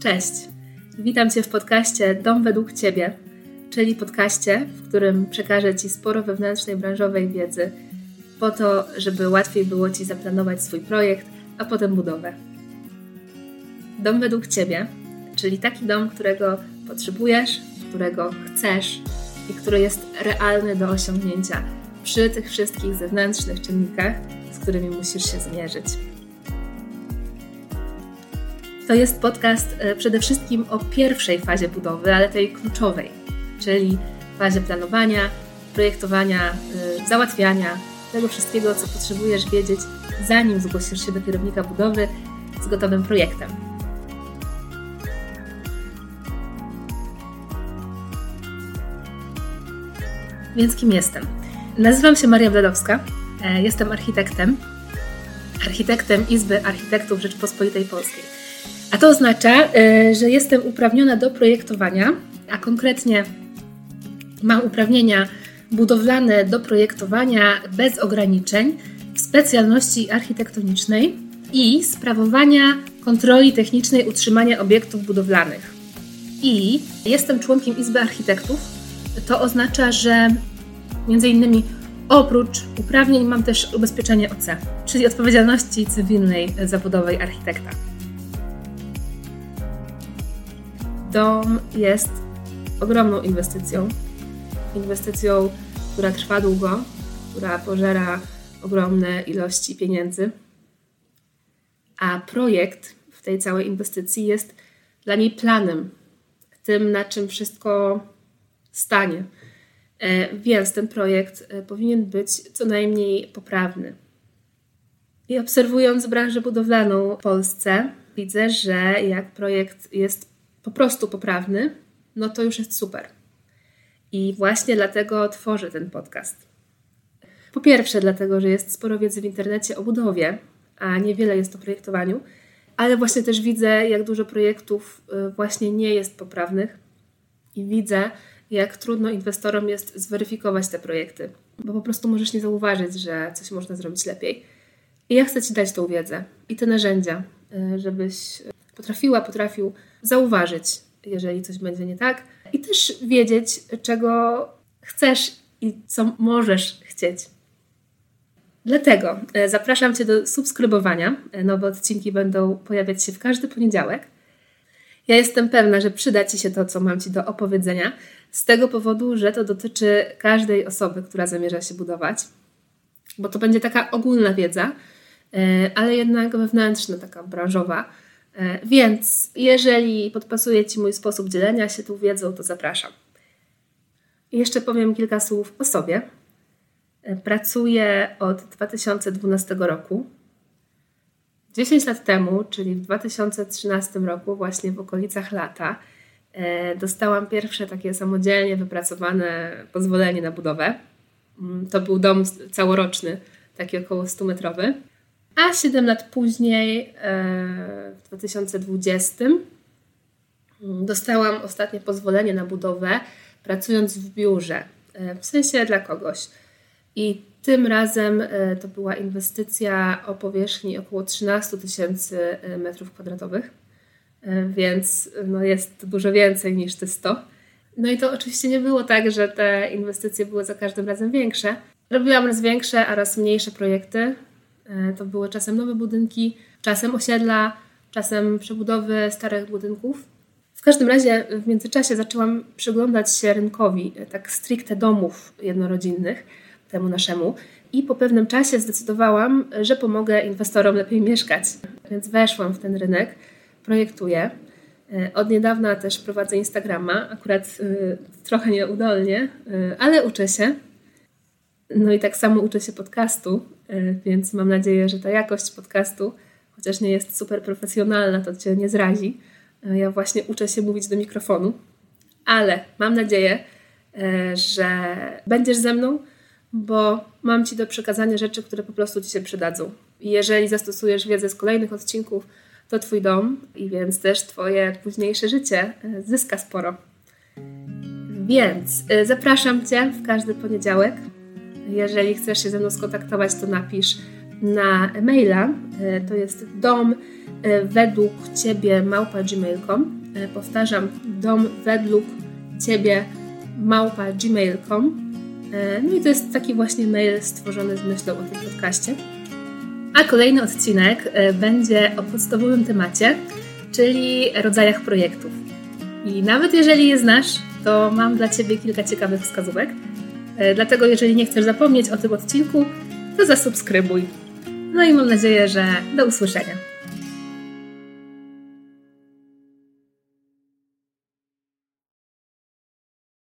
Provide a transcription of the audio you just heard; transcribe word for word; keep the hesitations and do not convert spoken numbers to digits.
Cześć! Witam Cię w podcaście Dom według Ciebie, czyli podcaście, w którym przekażę Ci sporo wewnętrznej branżowej wiedzy po to, żeby łatwiej było Ci zaplanować swój projekt, a potem budowę. Dom według Ciebie, czyli taki dom, którego potrzebujesz, którego chcesz i który jest realny do osiągnięcia przy tych wszystkich zewnętrznych czynnikach, z którymi musisz się zmierzyć. To jest podcast przede wszystkim o pierwszej fazie budowy, ale tej kluczowej, czyli fazie planowania, projektowania, załatwiania, tego wszystkiego, co potrzebujesz wiedzieć, zanim zgłosisz się do kierownika budowy z gotowym projektem. Więc kim jestem? Nazywam się Maria Bladowska, jestem architektem, architektem Izby Architektów Rzeczypospolitej Polskiej. A to oznacza, że jestem uprawniona do projektowania, a konkretnie mam uprawnienia budowlane do projektowania bez ograniczeń w specjalności architektonicznej i sprawowania kontroli technicznej utrzymania obiektów budowlanych. I jestem członkiem Izby Architektów. To oznacza, że między innymi oprócz uprawnień mam też ubezpieczenie O C, czyli odpowiedzialności cywilnej zawodowej architekta. Dom jest ogromną inwestycją. Inwestycją, która trwa długo, która pożera ogromne ilości pieniędzy. A projekt w tej całej inwestycji jest dla mnie planem, tym, na czym wszystko stanie. Więc ten projekt powinien być co najmniej poprawny. I obserwując branżę budowlaną w Polsce, widzę, że jak projekt jest po prostu poprawny, no to już jest super. I właśnie dlatego tworzę ten podcast. Po pierwsze dlatego, że jest sporo wiedzy w internecie o budowie, a niewiele jest o projektowaniu, ale właśnie też widzę, jak dużo projektów właśnie nie jest poprawnych i widzę, jak trudno inwestorom jest zweryfikować te projekty, bo po prostu możesz nie zauważyć, że coś można zrobić lepiej. I ja chcę Ci dać tą wiedzę i te narzędzia, żebyś potrafiła, potrafił zauważyć, jeżeli coś będzie nie tak i też wiedzieć, czego chcesz i co możesz chcieć. Dlatego zapraszam Cię do subskrybowania. Nowe odcinki będą pojawiać się w każdy poniedziałek. Ja jestem pewna, że przyda Ci się to, co mam Ci do opowiedzenia, z tego powodu, że to dotyczy każdej osoby, która zamierza się budować, bo to będzie taka ogólna wiedza, ale jednak wewnętrzna, taka branżowa. Więc jeżeli podpasuje Ci mój sposób dzielenia się tą wiedzą, to zapraszam. I jeszcze powiem kilka słów o sobie. Pracuję od dwa tysiące dwunastego roku. dziesięć lat temu, czyli w dwa tysiące trzynastym roku, właśnie w okolicach lata, dostałam pierwsze takie samodzielnie wypracowane pozwolenie na budowę. To był dom całoroczny, taki około stumetrowy. A siedem lat później, w dwa tysiące dwudziestym, dostałam ostatnie pozwolenie na budowę, pracując w biurze, w sensie dla kogoś. I tym razem to była inwestycja o powierzchni około trzynaście tysięcy metrów kwadratowych, więc no jest dużo więcej niż te sto. No i to oczywiście nie było tak, że te inwestycje były za każdym razem większe. Robiłam raz większe, a raz mniejsze projekty. To były czasem nowe budynki, czasem osiedla, czasem przebudowy starych budynków. W każdym razie w międzyczasie zaczęłam przyglądać się rynkowi tak stricte domów jednorodzinnych, temu naszemu. I po pewnym czasie zdecydowałam, że pomogę inwestorom lepiej mieszkać. Więc weszłam w ten rynek, projektuję. Od niedawna też prowadzę Instagrama, akurat y, trochę nieudolnie, y, ale uczę się. No i tak samo uczę się podcastu, y, więc mam nadzieję, że ta jakość podcastu, chociaż nie jest super profesjonalna, to Cię nie zrazi. Y, ja właśnie uczę się mówić do mikrofonu, ale mam nadzieję, y, że będziesz ze mną, bo mam Ci do przekazania rzeczy, które po prostu Ci się przydadzą. I jeżeli zastosujesz wiedzę z kolejnych odcinków, to Twój dom i więc też Twoje późniejsze życie zyska sporo. Więc zapraszam Cię w każdy poniedziałek. Jeżeli chcesz się ze mną skontaktować, to napisz na maila. To jest dom według Ciebie małpa gmail kropka com. Powtarzam, dom według Ciebie małpa gmail kropka com. No i to jest taki właśnie mail stworzony z myślą o tym podcaście. A kolejny odcinek będzie o podstawowym temacie, czyli rodzajach projektów. I nawet jeżeli je znasz, to mam dla Ciebie kilka ciekawych wskazówek. Dlatego jeżeli nie chcesz zapomnieć o tym odcinku, to zasubskrybuj. No i mam nadzieję, że do usłyszenia.